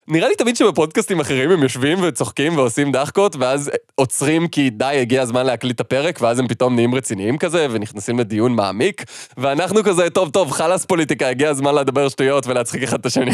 נראה לי תמיד שבפודקאסטים אחרים הם יושבים וצוחקים ועושים דחקות, ואז עוצרים כי די, הגיע הזמן להקליט את הפרק, ואז הם פתאום נהיים רציניים כזה, ונכנסים לדיון מעמיק, ואנחנו כזה, טוב, חלאס פוליטיקה, הגיע הזמן לדבר שטויות ולהצחיק אחד את השני.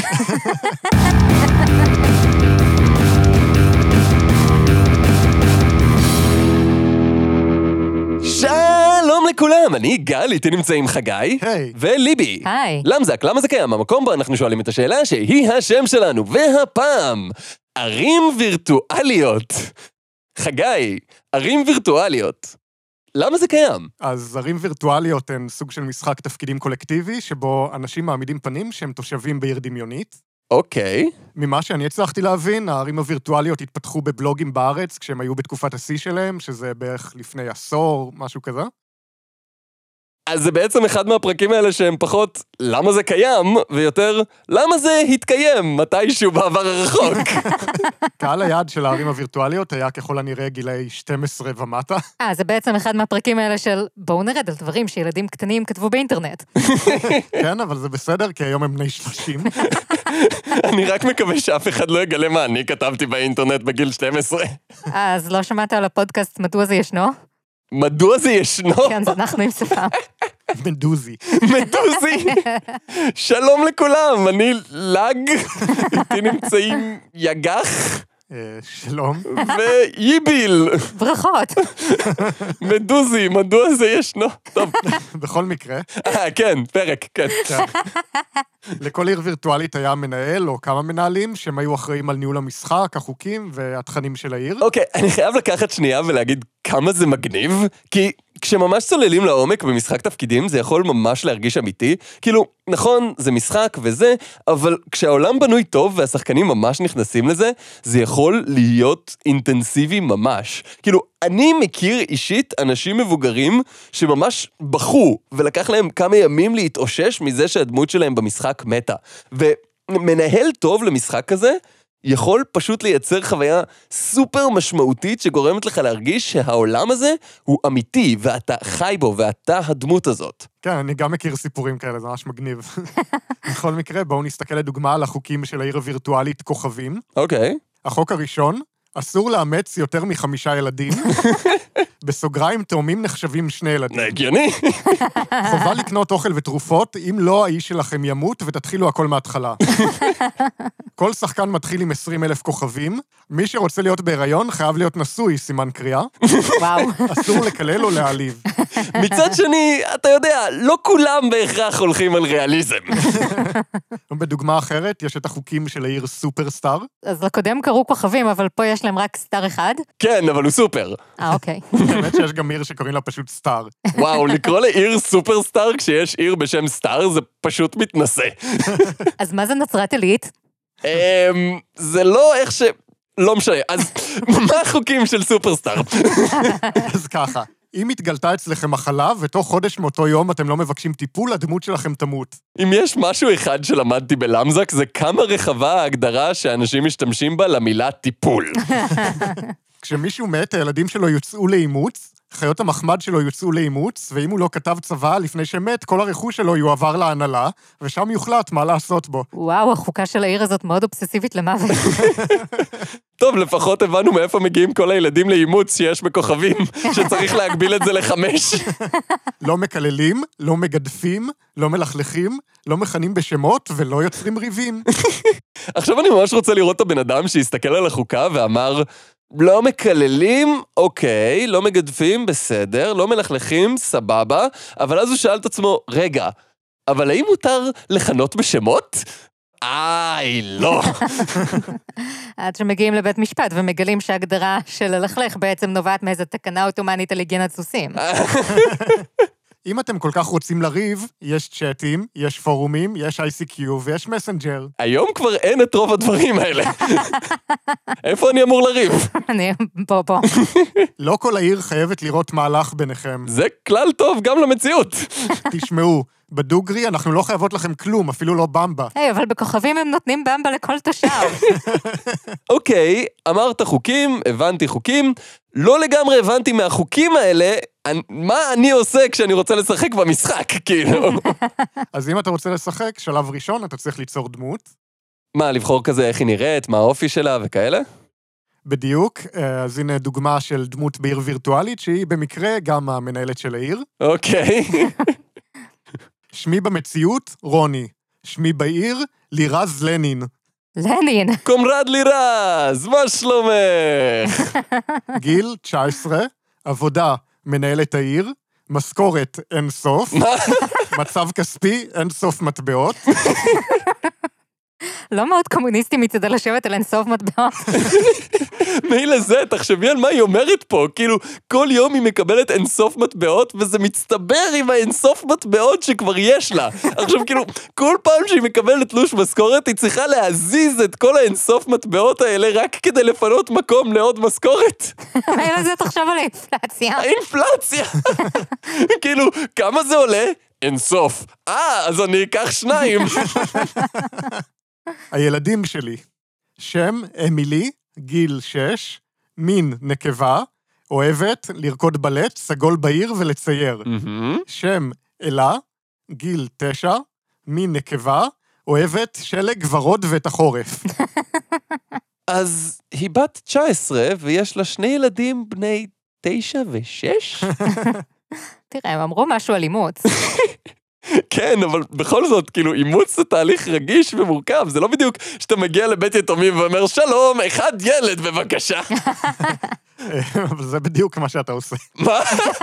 שלום לכולם, אני גל, איתי נמצא עם חגי, וליבי. היי. למזק, למה זה קיים? המקום בו אנחנו שואלים את השאלה שהיא השם שלנו, והפעם, ערים וירטואליות. חגי, ערים וירטואליות. למה זה קיים? אז ערים וירטואליות הן סוג של משחק תפקידים קולקטיבי, שבו אנשים מעמידים פנים שהם תושבים בעיר דמיונית. אוקיי. ממה שאני הצלחתי להבין, הערים הווירטואליות התפתחו בבלוגים בארץ, כשהם היו בתקופת השיא שלהם, שזה בערך לפני עשור, משהו כזה. אז זה בעצם אחד מהפרקים האלה שהם פחות למה זה קיים, ויותר למה זה התקיים מתישהו בעבר הרחוק. קהל היעד של הערים הווירטואליות היה ככל הנראה גילאי 12 ומטה. זה בעצם אחד מהפרקים האלה של בואו נרד על דברים שילדים קטנים כתבו באינטרנט. כן, אבל זה בסדר, כי היום הם בני 30. אני רק מקווה שאף אחד לא יגלה מה אני כתבתי באינטרנט בגיל 12. אז לא שמעת על הפודקאסט מדוע זה ישנו? מדוע זה ישנו? כן, זה אנחנו עם שפה. מדוזי. מדוזי. שלום לכולם, אני לג, איתי נמצאים יגח. שלום. וייביל. ברכות. מדוזי, מדוע זה ישנו? טוב. בכל מקרה. כן, פרק, כן. לכל עיר וירטואלית היה מנהל או כמה מנהלים שהם היו אחראים על ניהול המשחק, החוקים והתכנים של העיר. אוקיי, אני חייב לקחת שנייה ולהגיד כמה זה מגניב, כי כשממש צוללים לעומק במשחק תפקידים, זה יכול ממש להרגיש אמיתי. כאילו, נכון, זה משחק וזה, אבל כשהעולם בנוי טוב והשחקנים ממש נכנסים לזה, זה יכול להיות אינטנסיבי ממש. כאילו, אני מכיר אישית אנשים מבוגרים שממש בחו, ולקח להם כמה ימים להתאושש מזה שהדמות שלהם במשחק מתה. ומנהל טוב למשחק כזה, יכול פשוט לייצר חוויה סופר משמעותית שגורמת לך להרגיש שהעולם הזה הוא אמיתי, ואתה חי בו, ואתה הדמות הזאת. כן, אני גם מכיר סיפורים כאלה, זה ממש מגניב. בכל מקרה, בואו נסתכל לדוגמה על החוקים של העיר הווירטואלית כוכבים. אוקיי. החוק הראשון, אסור לאמץ יותר מ5 ילדים. בסוגריים תאומים נחשבים 2 ילדים. הגיוני. חובה לקנות אוכל ותרופות, אם לא, האיש שלכם ימות ותתחילו הכל מההתחלה. כל שחקן מתחיל עם 20,000 כוכבים. מי שרוצה להיות בהיריון חייב להיות נשוי, סימן קריאה. וואו. אסור לקלל או להעליב. מצד שני, אתה יודע, לא כולם בהכרח הולכים על ריאליזם. בדוגמה אחרת, יש את החוקים של העיר סופרסטאר. אז לקודם קראו כוכבים, אבל פה יש להם רק סטאר אחד? כן, אבל הוא סופר. אוקיי. באמת שיש גם עיר שקוראים לה פשוט סטאר. וואו, לקרוא לעיר סופרסטאר כשיש עיר בשם סטאר זה פשוט מתנשא. אז מה זה נצרת עילית? זה לא איך ש... לא משנה, אז מה החוקים של סופרסטאר? אז ככה, אם התגלתה אצלכם מחלה, ותוך חודש מאותו יום אתם לא מבקשים טיפול, הדמות שלכם תמות. אם יש משהו אחד שלמדתי בלמזק, זה כמה רחבה ההגדרה שאנשים משתמשים בה למילה טיפול. כשמישהו מת, הילדים שלו יוצאו לאימוץ, חיות המחמד שלו יוצאו לאימוץ, ואם הוא לא כתב צבא לפני שמת, כל הרכוש שלו יועבר להנהלה, ושם יוחלט מה לעשות בו. וואו, החוקה של העיר הזאת מאוד אובססיבית למוות. טוב, לפחות הבנו מאיפה מגיעים כל הילדים לאימוץ שיש בכוכבים, שצריך להגביל את זה ל5. לא מקללים, לא מגדפים, לא מלכלכים, לא מכנים בשמות ולא יוצרים ריבים. עכשיו אני ממש רוצה לראות את הבן אדם שהסתכל על החוקה ואמר, לא מקללים, אוקיי, לא מגדפים, בסדר, לא מלכלכים, סבבה, אבל אז הוא שאל את עצמו, רגע, אבל האם מותר לכנות בשמות? לא. עד שמגיעים לבית משפט ומגלים שההגדרה של ללכלך בעצם נובעת מאיזו תקנה אוטומנית על היגיינת סוסים. אם אתם כל כך רוצים לריב, יש צ'אטים, יש פורומים, יש ICQ ויש מסנג'ר. היום כבר אין את רוב הדברים האלה. איפה אני אמור לריב? אני פה. לא כל העיר חייבת לראות מהלך ביניכם. זה כלל טוב גם למציאות. תשמעו, בדוגרי אנחנו לא חייבות לכם כלום, אפילו לא במבה. אבל בכוכבים הם נותנים במבה לכל תושב. אוקיי, אמרת חוקים, הבנתי חוקים, לא לגמרי הבנתי מהחוקים האלה, מה אני עושה כשאני רוצה לשחק במשחק, כאילו. אז אם אתה רוצה לשחק, שלב ראשון אתה צריך ליצור דמות. מה, לבחור כזה איך היא נראית, מה האופי שלה וכאלה? בדיוק, אז הנה דוגמה של דמות בעיר וירטואלית, שהיא במקרה גם המנהלת של העיר. אוקיי. שמי במציאות, רוני. שמי בעיר, לירז לנין. לנין. קומרד לירז, מה שלומך? גיל, 19. עבודה, מנהלת העיר. משכורת, אין סוף. מצב כספי, אין סוף מטבעות. לא מאוד קומוניסטי מצדה לשבת על אינסוף מטבעות. מילא זה, תחשבי על מה היא אומרת פה, כאילו, כל יום היא מקבלת אינסוף מטבעות, וזה מצטבר עם האינסוף מטבעות שכבר יש לה. עכשיו, כאילו, כל פעם שהיא מקבלת תלוש משכורת, היא צריכה להזיז את כל האינסוף מטבעות האלה רק כדי לפנות מקום לעוד משכורת. מילא זה תחשוב על האינפלציה. האינפלציה! כאילו, כמה זה עולה? אינסוף. אז אני אקח 2. הילדים שלי. שם, אמילי, גיל 6, מין, נקבה, אוהבת, לרקוד בלט, סגול בעיר ולצייר. שם, אלה, גיל 9, מין, נקבה, אוהבת, שלג, ורוד ואת החורף. אז היא בת 19, ויש לה 2 ילדים בני 9 ו6? תראה, הם אמרו משהו על אימוץ. כן, אבל בכל זאת, כאילו, אימוץ זה תהליך רגיש ומורכב, זה לא בדיוק שאתה מגיע לבית יתומים ואומר, שלום, 1 ילד בבקשה. אבל זה בדיוק מה שאתה עושה. מה?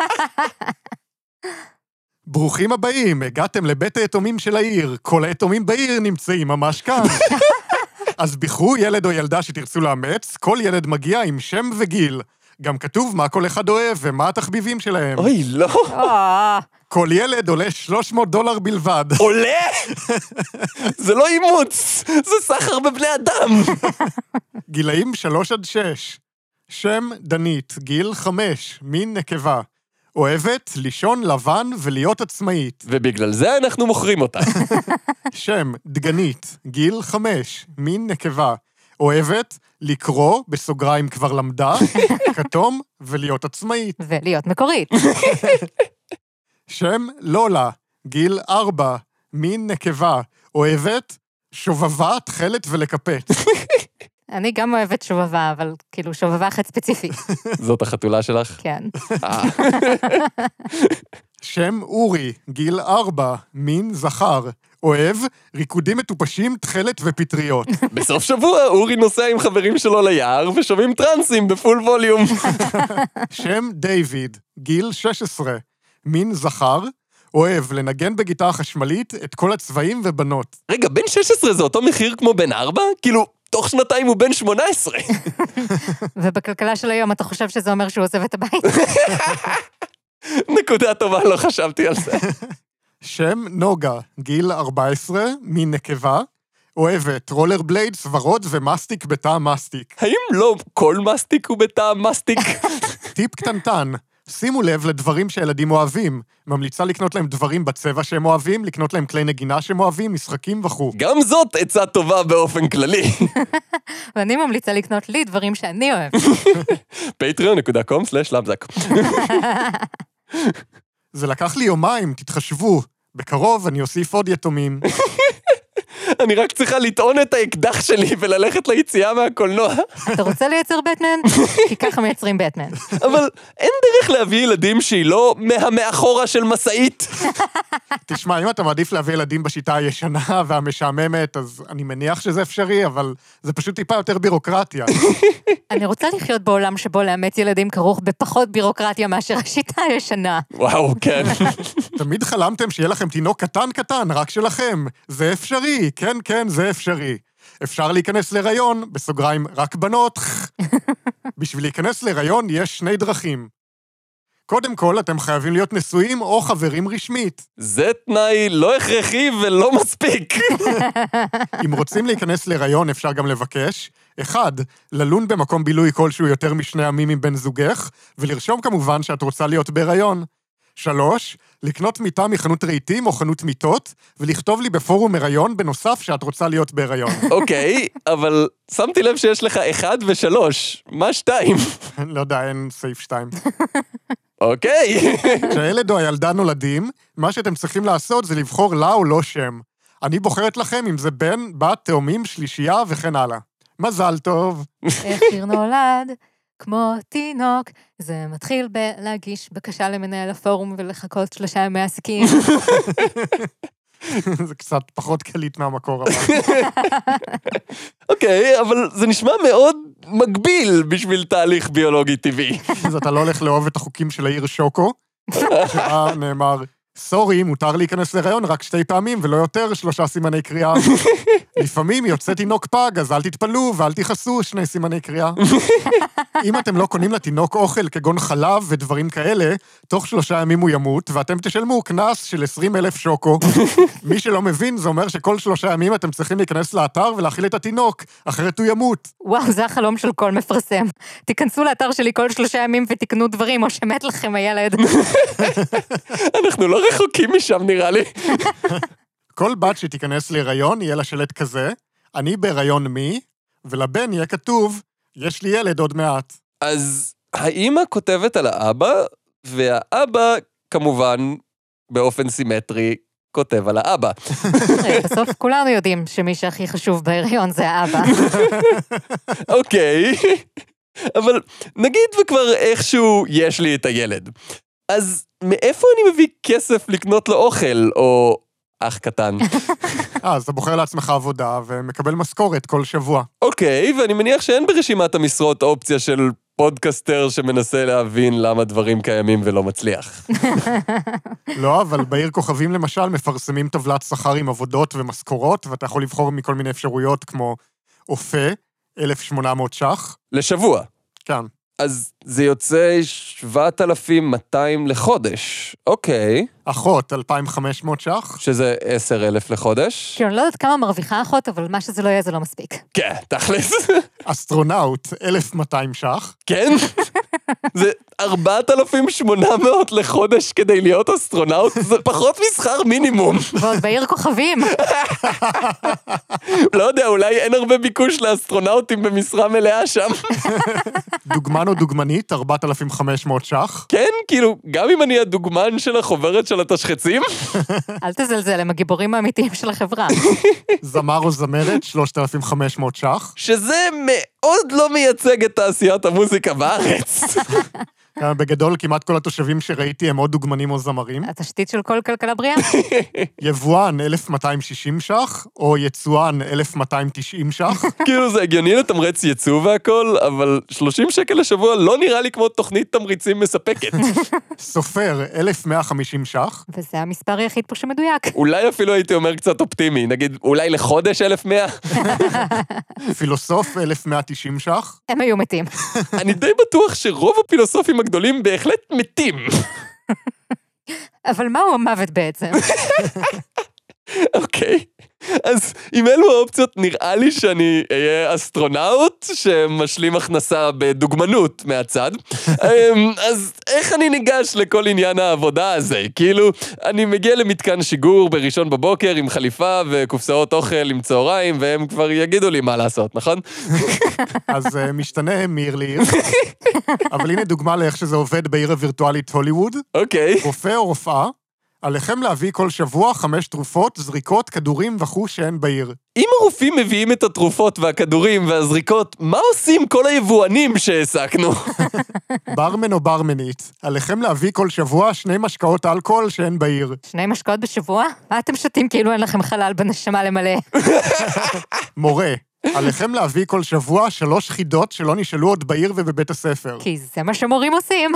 ברוכים הבאים, הגעתם לבית היתומים של העיר. כל היתומים בעיר נמצאים ממש כאן. אז בחרו ילד או ילדה שתרצו לאמץ, כל ילד מגיע עם שם וגיל. גם כתוב מה כל אחד אוהב ומה התחביבים שלהם. אוי, לא. כל ילד עולה $300 בלבד. עולה? זה לא אימוץ, זה סחר בבני אדם. גילאים 3 עד 6. שם דנית, גיל 5, מין נקבה. אוהבת לישון לבן ולהיות עצמאית. ובגלל זה אנחנו מוכרים אותה. שם דגנית, גיל 5, מין נקבה. אוהבת לקרוא, בסוגריים כבר למדה, כתום ולהיות עצמאית. ולהיות מקורית. שם לולה, גיל 4, מין נקבה. אוהבת שובבה, תכלת ולקפץ. אני גם אוהבת שובבה, אבל כאילו שובבה אחת ספציפית. זאת החתולה שלך? כן. שם אורי, גיל 4, מין זכר. אוהב ריקודים מטופשים, תכלת ופטריות. בסוף שבוע אורי נוסע עם חברים שלו ליער ושומעים טרנסים בפול ווליום. שם דיוויד, גיל 16, מין זכר. אוהב לנגן בגיטרה חשמלית את כל הצבעים ובנות. רגע, בן 16 זה אותו מחיר כמו בן 4? כאילו, תוך 2 הוא בן 18. ובכלכלה של היום אתה חושב שזה אומר שהוא עוזב את הבית? נקודה טובה, לא חשבתי על זה. שם נוגה, גיל 14, מין נקבה. אוהבת רולר בליידס, ורוד ומסטיק בטעם מסטיק. האם לא כל מסטיק הוא בטעם מסטיק? טיפ קטנטן, שימו לב לדברים שהילדים אוהבים. ממליצה לקנות להם דברים בצבע שהם אוהבים, לקנות להם כלי נגינה שהם אוהבים, משחקים וכו'. גם זאת עצה טובה באופן כללי. ואני ממליצה לקנות לי דברים שאני אוהב. patreon.com/למזק. זה לקח לי יומיים, תתחשבו. בקרוב אני אוסיף עוד יתומים. אני רק צריכה לטעון את האקדח שלי וללכת ליציאה מהקולנוע. אתה רוצה לייצר בטמן? כי ככה מייצרים בטמן. אבל אין דרך להביא ילדים שהיא לא מהמאחורה של מסעית. תשמע, אם אתה מעדיף להביא ילדים בשיטה הישנה והמשעממת, אז אני מניח שזה אפשרי, אבל זה פשוט טיפה יותר בירוקרטיה. אני רוצה לחיות בעולם שבו לאמץ ילדים כרוך בפחות בירוקרטיה מאשר השיטה הישנה. וואו, כן. תמיד חלמתם שיהיה לכם תינוק קטן, רק שלכם. זה אפשרי, כן, כן, זה אפשרי. אפשר להיכנס להיריון, בסוגריים, רק בנות. בשביל להיכנס להיריון יש 2 דרכים. קודם כל, אתם חייבים להיות נשואים או חברים רשמית. זה תנאי לא הכרחי ולא מספיק. אם רוצים להיכנס להיריון, אפשר גם לבקש. 1, ללון במקום בילוי כלשהו יותר מ2 ימים עם בן זוגך, ולרשום כמובן שאת רוצה להיות בהיריון. 3, לקנות מיטה מחנות רהיטים או חנות מיטות, ולכתוב לי בפורום הריון בנוסף שאת רוצה להיות בהיריון. אוקיי, אבל שמתי לב שיש לך 1 ו3. מה 2? לא יודע, אין סעיף 2. אוקיי. כשהילד או הילדה נולדים, מה שאתם צריכים לעשות זה לבחור לה או לא שם. אני בוחרת לכם אם זה בן, בת, תאומים, שלישייה וכן הלאה. מזל טוב. איך שיר נולד, כמו תינוק, זה מתחיל בלהגיש בקשה למנהל הפורום ולחכות 3 ימי עסקים. זה קצת פחות קליט מהמקור הבא. אוקיי, אבל זה נשמע מאוד מגביל בשביל תהליך ביולוגי טבעי. אז אתה לא הולך לאהוב את החוקים של העיר שוקו, שבה נאמר, סורי, מותר להיכנס להיריון רק 2 פעמים ולא יותר 3 סימני קריאה. לפעמים יוצא תינוק פג, אז אל תתפלו ואל תיחסו 2 סימני קריאה. אם אתם לא קונים לתינוק אוכל כגון חלב ודברים כאלה, תוך 3 ימים הוא ימות, ואתם תשלמו קנס של 20,000 שוקו. מי שלא מבין, זה אומר שכל 3 ימים אתם צריכים להיכנס לאתר ולהאכיל את התינוק, אחרת הוא ימות. וואו, זה החלום של כל מפרסם. תיכנסו לאתר שלי כל 3 ימים ותקנו דברים, או שמת לכם הילד. אנחנו לא רחוקים משם נראה לי. כל בת שתיכנס להיריון יהיה לה שלט כזה, אני בהיריון מי, ולבן יהיה כתוב, יש לי ילד עוד מעט. אז האמא כותבת על האבא, והאבא, כמובן, באופן סימטרי, כותב על האבא. בסוף כולנו יודעים שמי שהכי חשוב בהיריון זה האבא. אוקיי, אבל נגיד וכבר איכשהו יש לי את הילד. אז מאיפה אני מביא כסף לקנות לו אוכל, או אח קטן? אז אתה בוחר לעצמך עבודה ומקבל משכורת כל שבוע. אוקיי, ואני מניח שאין ברשימת המשרות אופציה של פודקסטר שמנסה להבין למה דברים קיימים ולא מצליח. לא, אבל בעיר כוכבים למשל מפרסמים טבלת שכר עם עבודות ומשכורות, ואתה יכול לבחור מכל מיני אפשרויות כמו אופה, 1,800 ש"ח. לשבוע. כן. אז זה יוצא 7,200 לחודש. אוקיי. אחות, 2,500 ש"ח. שזה 10,000 לחודש. כאילו, אני לא יודעת כמה מרוויחה אחות, אבל מה שזה לא יהיה זה לא מספיק. כן, תכלס. אסטרונאוט, 1,200 ש"ח. כן? זה 4,800 לחודש כדי להיות אסטרונאוט, זה פחות משכר מינימום. ועוד בעיר כוכבים. לא יודע, אולי אין הרבה ביקוש לאסטרונאוטים במשרה מלאה שם. דוגמן או דוגמנית, 4,500 ש"ח. כן, כאילו, גם אם אני הדוגמן של החוברת של התשחצים. אל תזלזל, הם הגיבורים האמיתיים של החברה. זמר או זמרת, 3,500 ש"ח. שזה מאוד לא מייצג את תעשיית המוזיקה בארץ. בגדול, כמעט כל התושבים שראיתי הם או דוגמנים או זמרים. התשתית של כל כלכלה בריאה? יבואן, 1,260 ש"ח, או יצואן, 1,290 ש"ח. כאילו זה הגיוני לתמרץ ייצוא והכל, אבל 30 שקל לשבוע לא נראה לי כמו תוכנית תמריצים מספקת. סופר, 1,150 ש"ח. וזה המספר היחיד פה שמדויק. אולי אפילו הייתי אומר קצת אופטימי, נגיד אולי לחודש 1,100. פילוסוף, 1,190 ש"ח. הם היו מתים. אני די בטוח שרוב הפילוסופים הגדולים בהחלט מתים. אבל מהו המוות בעצם? אוקיי. אז עם אלו האופציות נראה לי שאני אהיה אסטרונאוט שמשלים הכנסה בדוגמנות מהצד. אז איך אני ניגש לכל עניין העבודה הזה? כאילו, אני מגיע למתקן שיגור בראשון בבוקר עם חליפה וקופסאות אוכל עם צהריים, והם כבר יגידו לי מה לעשות, נכון? אז משתנה מעיר לעיר. אבל הנה דוגמה לאיך שזה עובד בעיר הווירטואלית הוליווד. אוקיי. רופא או רופאה, עליכם להביא כל שבוע 5 תרופות, זריקות, כדורים וכו' שאין בעיר. אם הרופאים מביאים את התרופות והכדורים והזריקות, מה עושים כל היבואנים שהעסקנו? ברמן או ברמנית, עליכם להביא כל שבוע 2 משקאות אלכוהול שאין בעיר. 2 משקאות בשבוע? מה אתם שותים כאילו אין לכם חלל בנשמה למלא? מורה, עליכם להביא כל שבוע 3 חידות שלא נשאלו עוד בעיר ובבית הספר. כי זה מה שמורים עושים.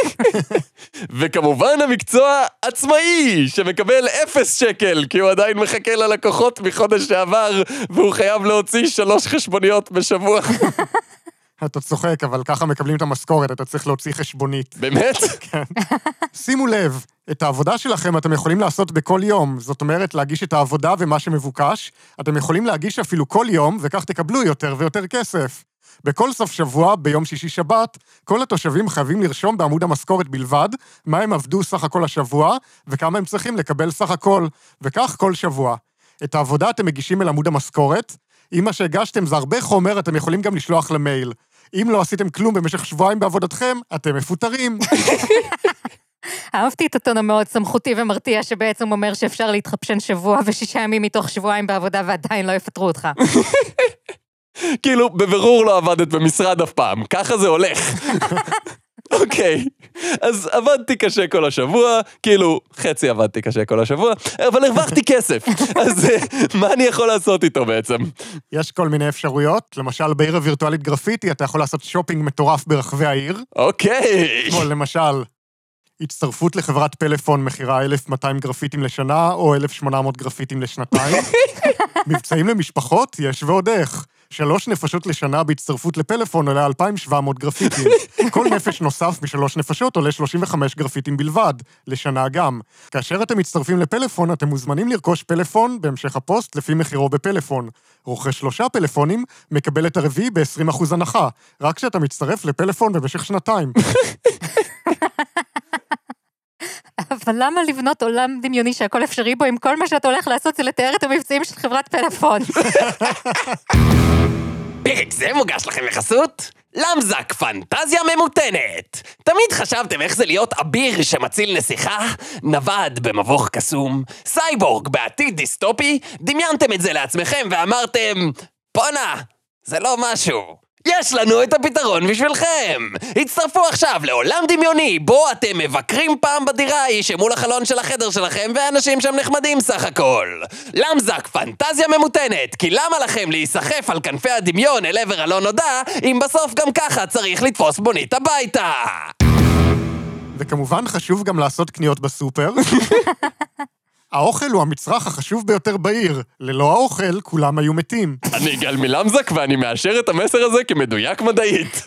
וכמובן המקצוע עצמאי, שמקבל 0 שקל, כי הוא עדיין מחכה ללקוחות מחודש שעבר, והוא חייב להוציא 3 חשבוניות בשבוע. אתה צוחק, אבל ככה מקבלים את המשכורת, אתה צריך להוציא חשבונית. באמת? כן. שימו לב, את העבודה שלכם אתם יכולים לעשות בכל יום, זאת אומרת להגיש את העבודה ומה שמבוקש, אתם יכולים להגיש אפילו כל יום, וכך תקבלו יותר ויותר כסף. בכל סוף שבוע, ביום שישי שבת, כל התושבים חייבים לרשום בעמוד המשכורת בלבד, מה הם עבדו סך הכל השבוע, וכמה הם צריכים לקבל סך הכל, וכך כל שבוע. את העבודה אתם מגישים אל עמוד המשכורת, אם מה שהגשתם זה הרבה חומר, אתם יכולים גם לשלוח למייל. אם לא עשיתם כלום במשך שבועיים בעבודתכם, אתם מפוטרים. אהבתי את הטון המאוד סמכותי ומרתיע, שבעצם אומר שאפשר להתחפשן שבוע ו6 ימים מתוך שבועיים בעבודה ועדיין לא יפטרו אותך. כאילו, בבירור לא עבדת במשרד אף פעם, ככה זה הולך. אוקיי, אז עבדתי קשה כל השבוע, כאילו, חצי עבדתי קשה כל השבוע, אבל הרווחתי כסף, אז מה אני יכול לעשות איתו בעצם? יש כל מיני אפשרויות, למשל בעיר הווירטואלית גרפיטי, אתה יכול לעשות שופינג מטורף ברחבי העיר. אוקיי. כמו למשל, הצטרפות לחברת פלאפון מחירה 1,200 גרפיטים לשנה, או 1,800 גרפיטים לשנתיים. מבצעים למשפחות, יש ועוד איך. 3 נפשות לשנה בהצטרפות לפלאפון עולה 2,700 גרפיטים. כל נפש נוסף מ3 נפשות עולה 35 גרפיטים בלבד, לשנה גם. כאשר אתם מצטרפים לפלאפון, אתם מוזמנים לרכוש פלאפון בהמשך הפוסט לפי מחירו בפלאפון. רוכש 3 פלאפונים, מקבל את הרביעי ב-20% הנחה, רק כשאתה מצטרף לפלאפון במשך 2 אבל למה לבנות עולם דמיוני שהכל אפשרי בו, אם כל מה שאתה הולך לעשות זה לתאר את המבצעים של חברת פלאפון? פרק זה מוגש לכם בחסות? למזק פנטזיה ממותנת. תמיד חשבתם איך זה להיות אביר שמציל נסיכה? נווד במבוך קסום? סייבורג בעתיד דיסטופי? דמיינתם את זה לעצמכם ואמרתם, פונה, זה לא משהו. יש לנו את הפתרון בשבילכם! הצטרפו עכשיו לעולם דמיוני, בו אתם מבקרים פעם בדירה ההיא שמול החלון של החדר שלכם, ואנשים שם נחמדים סך הכל. למזק פנטזיה ממותנת, כי למה לכם להיסחף על כנפי הדמיון אל עבר הלא נודע, אם בסוף גם ככה צריך לתפוס בונית הביתה? וכמובן חשוב גם לעשות קניות בסופר. האוכל הוא המצרך החשוב ביותר בעיר. ללא האוכל, כולם היו מתים. אני גל מלמזק ואני מאשר את המסר הזה כמדויק מדעית.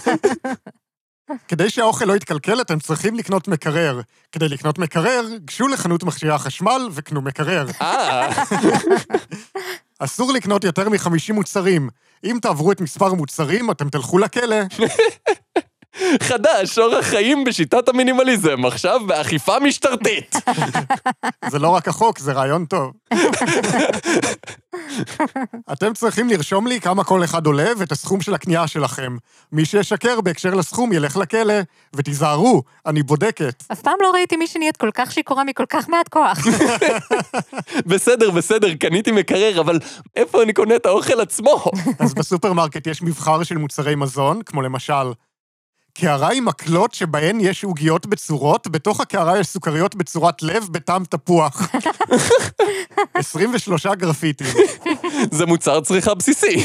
כדי שהאוכל לא יתקלקל, אתם צריכים לקנות מקרר. כדי לקנות מקרר, גשו לחנות מכשירי החשמל וקנו מקרר. אסור לקנות יותר מ50 מוצרים. אם תעברו את מספר מוצרים, אתם תלכו לכלא. חדש, אורח חיים בשיטת המינימליזם, עכשיו באכיפה משטרתית. זה לא רק החוק, זה רעיון טוב. אתם צריכים לרשום לי כמה כל אחד עולה ואת הסכום של הקנייה שלכם. מי שישקר בהקשר לסכום ילך לכלא, ותיזהרו, אני בודקת. אף פעם לא ראיתי מי שנהיית כל כך שיקורה מכל כך מעט כוח. בסדר, קניתי מקרר, אבל איפה אני קונה את האוכל עצמו? אז בסופרמרקט יש מבחר של מוצרי מזון, כמו למשל, קערה עם מקלות שבהן יש עוגיות בצורות, בתוך הקערה יש סוכריות בצורת לב בטעם תפוח. 23 גרפיטים. זה מוצר צריכה בסיסי.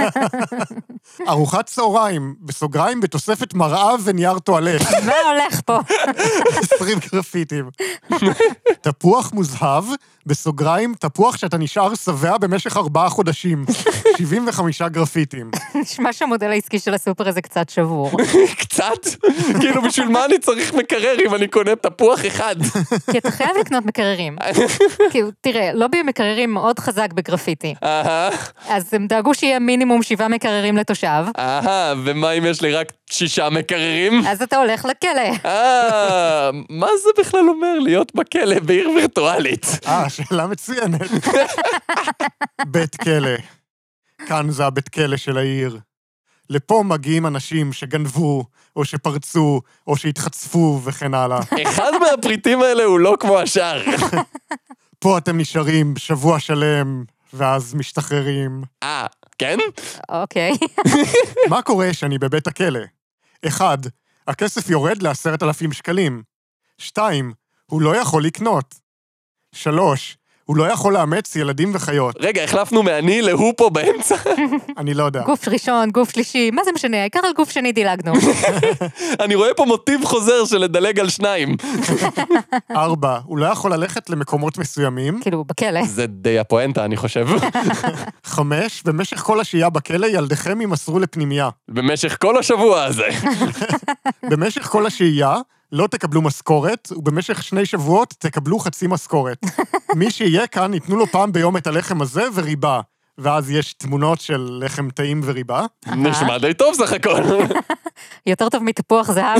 ארוחת צהריים, בסוגריים בתוספת מראה ונייר טואלט. מה הולך פה? 20 גרפיטים. תפוח מוזהב, בסוגריים, תפוח שאתה נשאר שבע במשך 4 חודשים. 75 גרפיטים. נשמע שהמודל העסקי של הסופר הזה קצת שבור. קצת? כאילו בשביל מה אני צריך מקרר אם אני קונה תפוח אחד? כי אתה חייב לקנות מקררים. כאילו, תראה, לובי מקררים מאוד חזק בגרפיטי. אז הם דאגו שיהיה מינימום 7 מקררים לתושב. ומה אם יש לי רק 6 מקררים? אז אתה הולך לכלא. מה זה בכלל אומר להיות בכלא בעיר וירטואלית? שאלה מצוינת. בית כלא. כאן זה הבית כלא של העיר. לפה מגיעים אנשים שגנבו, או שפרצו, או שהתחצפו וכן הלאה. אחד מהפריטים האלה הוא לא כמו השאר. פה אתם נשארים שבוע שלם, ואז משתחררים. כן? אוקיי. מה קורה שאני בבית הכלא? 1. הכסף יורד ל10,000 שקלים. 2. הוא לא יכול לקנות. 3. הוא לא יכול לאמץ ילדים וחיות. רגע, החלפנו מעני להוא פה באמצע. אני לא יודע. גוף ראשון, גוף שלישי, מה זה משנה? העיקר על גוף שני דילגנו. אני רואה פה מוטיב חוזר של לדלג על 2. 4. הוא לא יכול ללכת למקומות מסוימים. כאילו, בכלא. זה די הפואנטה, אני חושב. 5. במשך כל השהייה בכלא, ילדיכם יימסרו לפנימייה. במשך כל השבוע הזה. במשך כל השהייה, לא תקבלו משכורת, ובמשך 2 שבועות תקבלו חצי משכורת. מי שיהיה כאן, ייתנו לו פעם ביום את הלחם הזה וריבה. ואז יש תמונות של לחם טעים וריבה. נשמע די טוב סך הכל. יותר טוב מתפוח זהב.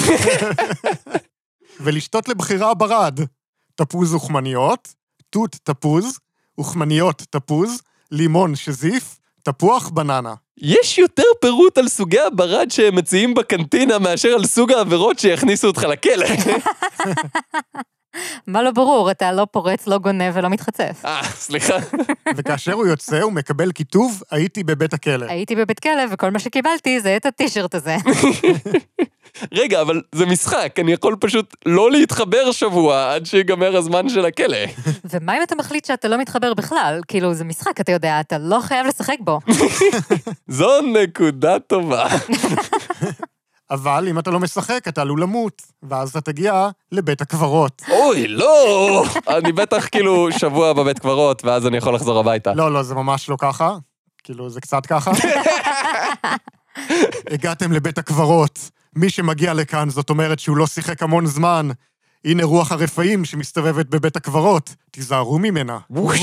ולשתות לבחירה ברד. תפוז וחמניות, תות תפוז, וחמניות תפוז, לימון שזיף, תפוח בננה. יש יותר פירוט על סוגי הברד שהם מציעים בקנטינה מאשר על סוג העבירות שיכניסו אותך לכלא. מה לא ברור? אתה לא פורץ, לא גונב ולא מתחצף. סליחה. וכאשר הוא יוצא, הוא מקבל כיתוב, הייתי בבית הכלא. הייתי בבית כלא, וכל מה שקיבלתי זה את הטישרט הזה. רגע, אבל זה משחק, אני יכול פשוט לא להתחבר שבוע עד שיגמר הזמן של הכלא. ומה אם אתה מחליט שאתה לא מתחבר בכלל? כאילו, זה משחק, אתה יודע, אתה לא חייב לשחק בו. זו נקודה טובה. אבל אם אתה לא משחק, אתה עלול למות, ואז אתה תגיע לבית הקברות. אוי, לא! אני בטח כאילו שבוע בבית קברות, ואז אני יכול לחזור הביתה. לא, זה ממש לא ככה. כאילו, זה קצת ככה. הגעתם לבית הקברות. מי שמגיע לכאן, זאת אומרת שהוא לא שיחק המון זמן. הנה רוח הרפאים שמסתובבת בבית הקברות. תיזהרו ממנה.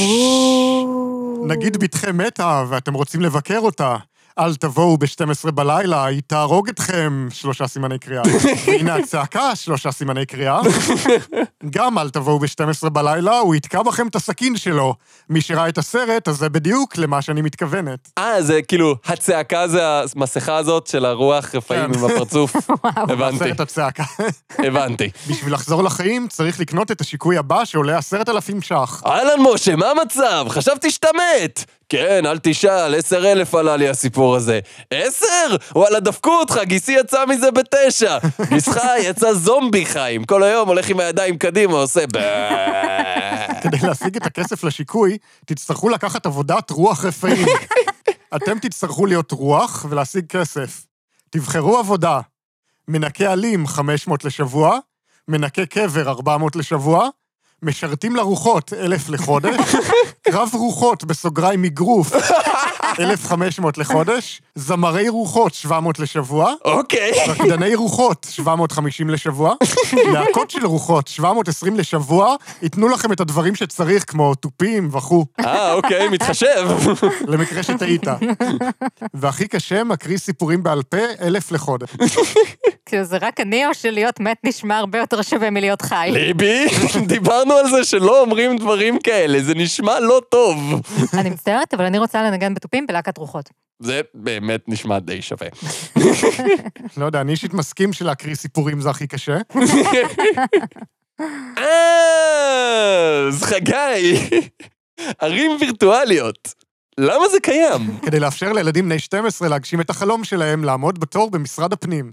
נגיד בתכם מתה, ואתם רוצים לבקר אותה. אל תבואו ב-12 בלילה, היא תהרוג אתכם, 3 סימני קריאה. והנה הצעקה, 3 סימני קריאה. גם אל תבואו ב-12 בלילה, הוא יתקע בכם את הסכין שלו. מי שראה את הסרט, אז זה בדיוק למה שאני מתכוונת. זה כאילו, הצעקה זה המסכה הזאת של הרוח רפאים עם הפרצוף. הבנתי. הסרט הצעקה. הבנתי. בשביל לחזור לחיים, צריך לקנות את השיקוי הבא שעולה 10,000 ש"ח. אהלן משה, מה המצב? חשבתי שאתה מת. כן, אל תשאל, 10,000 עלה לי הסיפור הזה. 10? וואלה, דפקו אותך, גיסי יצא מזה ב9. גיסך יצא זומבי חיים, כל היום הולך עם הידיים קדימה, עושה כדי להשיג את הכסף לשיקוי, תצטרכו לקחת עבודת רוח רפאים. אתם תצטרכו להיות רוח ולהשיג כסף. תבחרו עבודה. מנקה אלים 500 לשבוע, מנקה קבר 400 לשבוע, משרתים לרוחות 1,000 לחודש, קרב רוחות בסוגריים מגרוף 1,500 לחודש, זמרי רוחות 700 לשבוע, אוקיי. רקדני רוחות 750 לשבוע, להקות של רוחות 720 לשבוע, ייתנו לכם את הדברים שצריך כמו טופים וכו'. אוקיי, מתחשב. למקרה שטעית. והכי קשה, מקריא סיפורים בעל פה 1,000 לחודש. כאילו, זה רק אני או שלהיות מת נשמע הרבה יותר שווה מלהיות חי? ליבי, דיברנו על זה שלא אומרים דברים כאלה, זה נשמע לא טוב. אני מצטערת, אבל אני רוצה לנגן בטופים בלהקת רוחות. זה באמת נשמע די שווה. לא יודע, אני אישית מסכים שלהקריא סיפורים זה הכי קשה. אז חגי, ערים וירטואליות. למה זה קיים? כדי לאפשר לילדים בני 12 להגשים את החלום שלהם לעמוד בתור במשרד הפנים.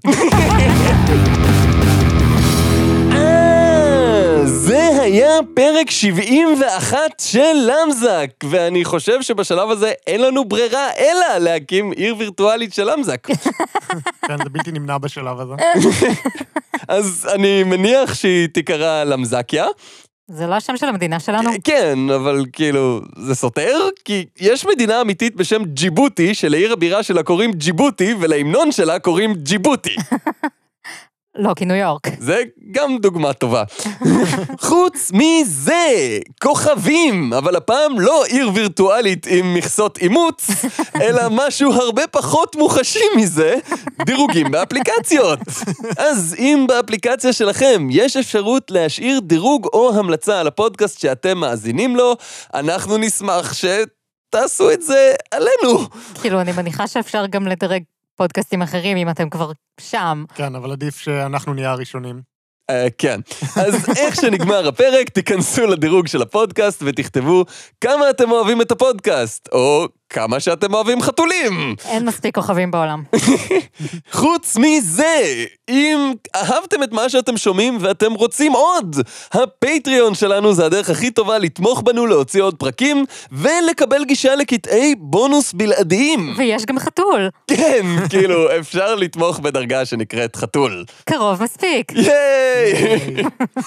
זה היה פרק 71 של למזק, ואני חושב שבשלב הזה אין לנו ברירה אלא להקים עיר וירטואלית של למזק. כן, זה בלתי נמנע בשלב הזה. אז אני מניח שהיא תיקרא למזקיה. זה לא השם של המדינה שלנו? כן, אבל כאילו, זה סותר? כי יש מדינה אמיתית בשם ג'יבוטי, שלעיר הבירה שלה קוראים ג'יבוטי, ולהמנון שלה קוראים ג'יבוטי. לא, כי ניו יורק. זה גם דוגמה טובה. חוץ מזה, כוכבים, אבל הפעם לא עיר וירטואלית עם מכסות אימוץ, אלא משהו הרבה פחות מוחשי מזה, דירוגים באפליקציות. אז אם באפליקציה שלכם יש אפשרות להשאיר דירוג או המלצה על הפודקאסט שאתם מאזינים לו, אנחנו נשמח שתעשו את זה עלינו. כאילו, אני מניחה שאפשר גם לדרג פודקאסטים אחרים, אם אתם כבר שם. כן, אבל עדיף שאנחנו נהיה הראשונים. כן. אז איך שנגמר הפרק, תיכנסו לדירוג של הפודקאסט ותכתבו כמה אתם אוהבים את הפודקאסט, או כמה שאתם אוהבים חתולים. אין מספיק כוכבים בעולם. חוץ מזה, אם אהבתם את מה שאתם שומעים ואתם רוצים עוד, הפטריון שלנו זה הדרך הכי טובה לתמוך בנו, להוציא עוד פרקים, ולקבל גישה לקטעי בונוס בלעדיים. ויש גם חתול. כן, כאילו, אפשר לתמוך בדרגה שנקראת חתול. קרוב מספיק. ייי!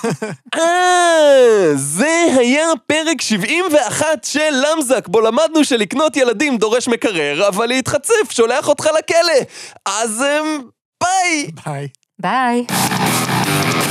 זה היה פרק 71 של למזק, בו למדנו שלקנות ילדים דורש מקרר, אבל להתחצף שולח אותך לכלא. אז ביי! ביי. ביי.